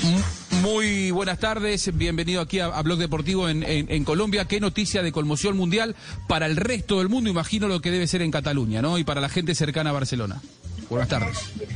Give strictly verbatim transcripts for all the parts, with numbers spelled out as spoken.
Muy buenas tardes, bienvenido aquí a, a Blog Deportivo en, en, en Colombia. Qué noticia de conmoción mundial para el resto del mundo, imagino lo que debe ser en Cataluña, ¿no? Y para la gente cercana a Barcelona. Buenas tardes.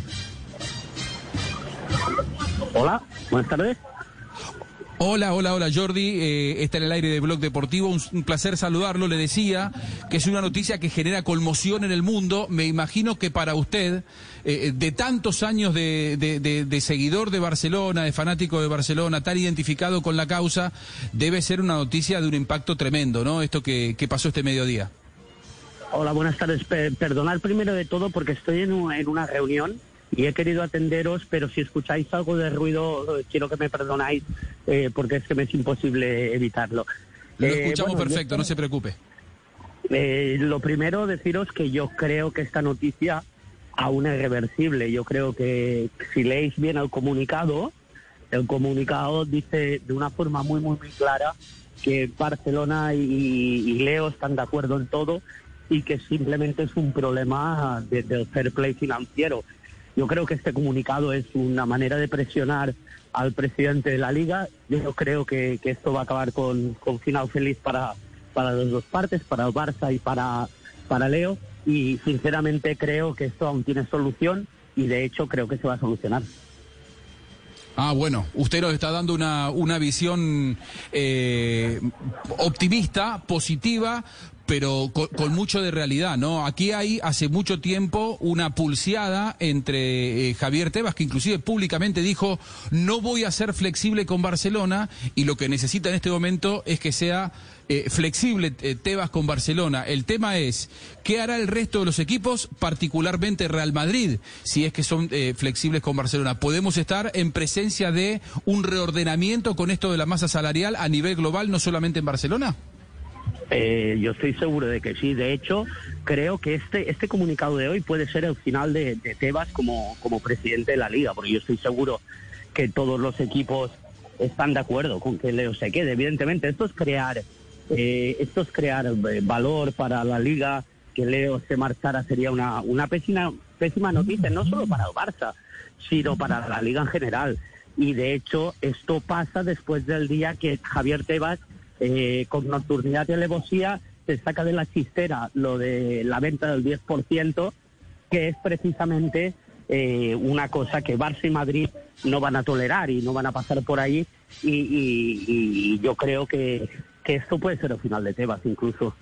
Hola, buenas tardes. Hola, hola, hola Jordi, eh, está en el aire de Blog Deportivo, un, un placer saludarlo. Le decía que es una noticia que genera conmoción en el mundo. Me imagino que para usted, eh, de tantos años de, de, de, de seguidor de Barcelona, de fanático de Barcelona, tan identificado con la causa, debe ser una noticia de un impacto tremendo, ¿no? Esto que, que pasó este mediodía. Hola, buenas tardes. Per- perdonad primero de todo porque estoy en, un, en una reunión y he querido atenderos, pero si escucháis algo de ruido, quiero que me perdonáis, eh, porque es que me es imposible evitarlo. Lo eh, escuchamos bueno, perfecto, yo, no se preocupe. Eh, lo primero, deciros que yo creo que esta noticia aún es reversible. Yo creo que si leéis bien el comunicado, el comunicado dice de una forma muy, muy, muy clara que Barcelona y, y Leo están de acuerdo en todo y que simplemente es un problema de, del fair play financiero. Yo creo que este comunicado es una manera de presionar al presidente de la Liga. Yo creo que, que esto va a acabar con, con final feliz para, para las dos partes, para el Barça y para, para Leo. Y sinceramente creo que esto aún tiene solución y de hecho creo que se va a solucionar. Ah, bueno, usted nos está dando una, una visión eh, optimista, positiva, pero con, con mucho de realidad, ¿no? Aquí hay hace mucho tiempo una pulseada entre eh, Javier Tebas, que inclusive públicamente dijo, no voy a ser flexible con Barcelona, y lo que necesita en este momento es que sea eh, flexible eh, Tebas con Barcelona. El tema es, ¿qué hará el resto de los equipos, particularmente Real Madrid, si es que son eh, flexibles con Barcelona? ¿Podemos estar en presencia de un reordenamiento con esto de la masa salarial a nivel global, no solamente en Barcelona? Eh, yo estoy seguro de que sí. De hecho, creo que este este comunicado de hoy puede ser el final de, de Tebas como, como presidente de la Liga, porque yo estoy seguro que todos los equipos están de acuerdo con que Leo se quede. Evidentemente, esto es crear, eh, esto es crear eh, valor para la Liga. Que Leo se marchara sería una, una pésima, pésima noticia, no solo para el Barça, sino para la Liga en general. Y de hecho, esto pasa después del día que Javier Tebas, Eh, con nocturnidad y alevosía, se saca de la chistera lo de la venta del diez por ciento, que es precisamente eh, una cosa que Barça y Madrid no van a tolerar y no van a pasar por ahí, y, y, y yo creo que, que esto puede ser el final de Tebas incluso.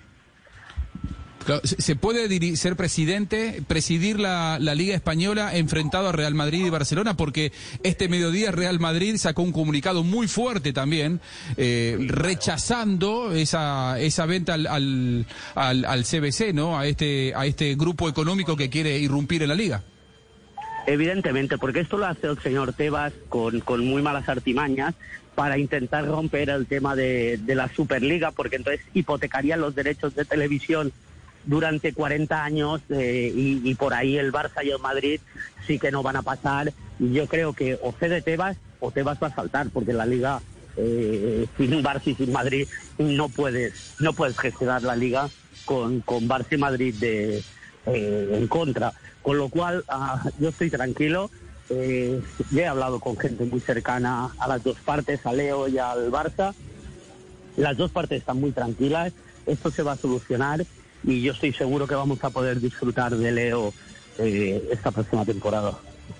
¿Se puede ser presidente, presidir la, la Liga Española enfrentado a Real Madrid y Barcelona? Porque este mediodía Real Madrid sacó un comunicado muy fuerte también, eh, rechazando esa esa venta al, al, al, al C B C, ¿no? A este, a este grupo económico que quiere irrumpir en la Liga. Evidentemente, porque esto lo hace el señor Tebas con, con muy malas artimañas para intentar romper el tema de, de la Superliga, porque entonces hipotecaría los derechos de televisión durante cuarenta años, eh, y, y por ahí el Barça y el Madrid sí que no van a pasar. Y yo creo que o cede Tebas o Tebas va a saltar, porque la Liga, eh, sin Barça y sin Madrid, no puedes no puedes gestionar la Liga con, con Barça y Madrid de, eh, en contra. Con lo cual, uh, yo estoy tranquilo. Eh, ya he hablado con gente muy cercana a las dos partes, a Leo y al Barça. Las dos partes están muy tranquilas. Esto se va a solucionar. Y yo estoy seguro que vamos a poder disfrutar de Leo eh, esta próxima temporada.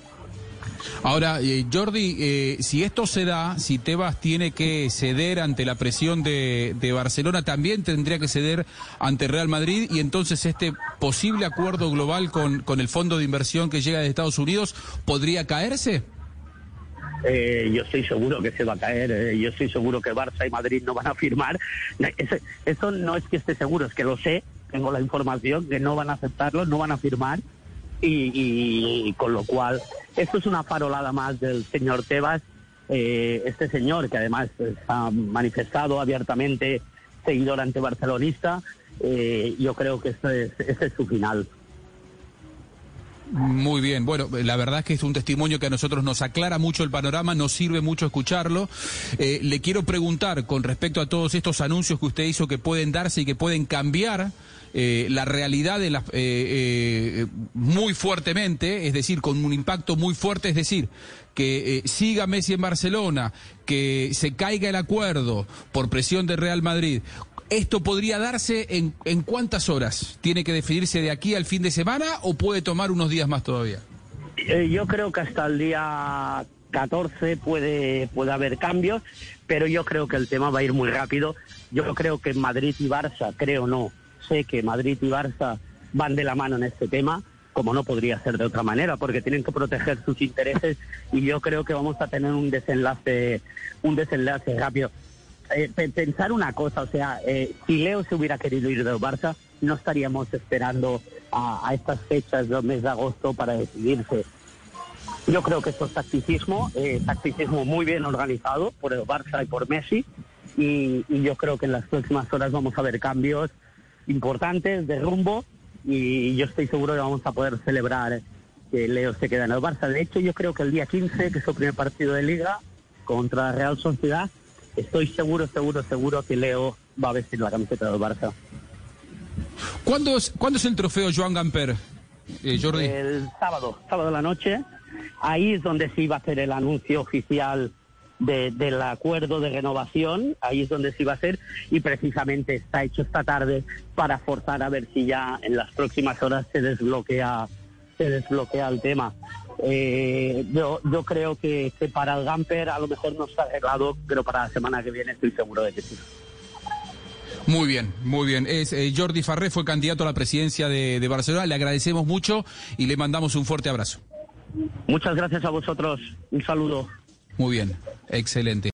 Ahora, eh, Jordi, eh, si esto se da, si Tebas tiene que ceder ante la presión de, de Barcelona, también tendría que ceder ante Real Madrid, y entonces este posible acuerdo global con, con el fondo de inversión que llega de Estados Unidos, ¿podría caerse? Eh, yo estoy seguro que se va a caer. Eh, yo estoy seguro que Barça y Madrid no van a firmar. Eso, eso no es que esté seguro, es que lo sé. Tengo la información que no van a aceptarlo, no van a firmar, y, y, y con lo cual esto es una farolada más del señor Tebas, eh, este señor que además ha manifestado abiertamente seguidor antibarcelonista. Eh, yo creo que este es, este es su final. Muy bien, bueno, la verdad es que es un testimonio que a nosotros nos aclara mucho el panorama, nos sirve mucho escucharlo. Eh, le quiero preguntar con respecto a todos estos anuncios que usted hizo que pueden darse y que pueden cambiar eh, la realidad de las, eh, eh, muy fuertemente, es decir, con un impacto muy fuerte, es decir, que eh, siga Messi en Barcelona, que se caiga el acuerdo por presión de Real Madrid. ¿Esto podría darse en, en cuántas horas? ¿Tiene que definirse de aquí al fin de semana o puede tomar unos días más todavía? Eh, yo creo que hasta el día catorce puede, puede haber cambios, pero yo creo que el tema va a ir muy rápido. Yo creo que Madrid y Barça, creo no, sé que Madrid y Barça van de la mano en este tema, como no podría ser de otra manera, porque tienen que proteger sus intereses y yo creo que vamos a tener un desenlace, un desenlace rápido. Eh, pensar una cosa, o sea, eh, si Leo se hubiera querido ir del Barça, no estaríamos esperando a, a estas fechas del mes de agosto para decidirse. Yo creo que esto es tacticismo, eh, tacticismo muy bien organizado por el Barça y por Messi, y, y yo creo que en las próximas horas vamos a ver cambios importantes de rumbo, y yo estoy seguro que vamos a poder celebrar que Leo se queda en el Barça. De hecho, yo creo que el día quince, que es el primer partido de Liga contra Real Sociedad, estoy seguro, seguro, seguro que Leo va a vestir la camiseta del Barça. ¿Cuándo es, ¿cuándo es el trofeo Joan Gamper, eh, Jordi? El sábado, sábado de la noche. Ahí es donde se iba a hacer el anuncio oficial de, del acuerdo de renovación. Ahí es donde se iba a hacer y precisamente está hecho esta tarde para forzar a ver si ya en las próximas horas se desbloquea, se desbloquea el tema. Eh, yo, yo creo que, que para el Gamper a lo mejor no está arreglado, pero para la semana que viene estoy seguro de que sí. Muy bien, muy bien. Es eh, Jordi Farré, fue candidato a la presidencia de, de Barcelona. Le agradecemos mucho y le mandamos un fuerte abrazo. Muchas gracias a vosotros. Un saludo. Muy bien, excelente.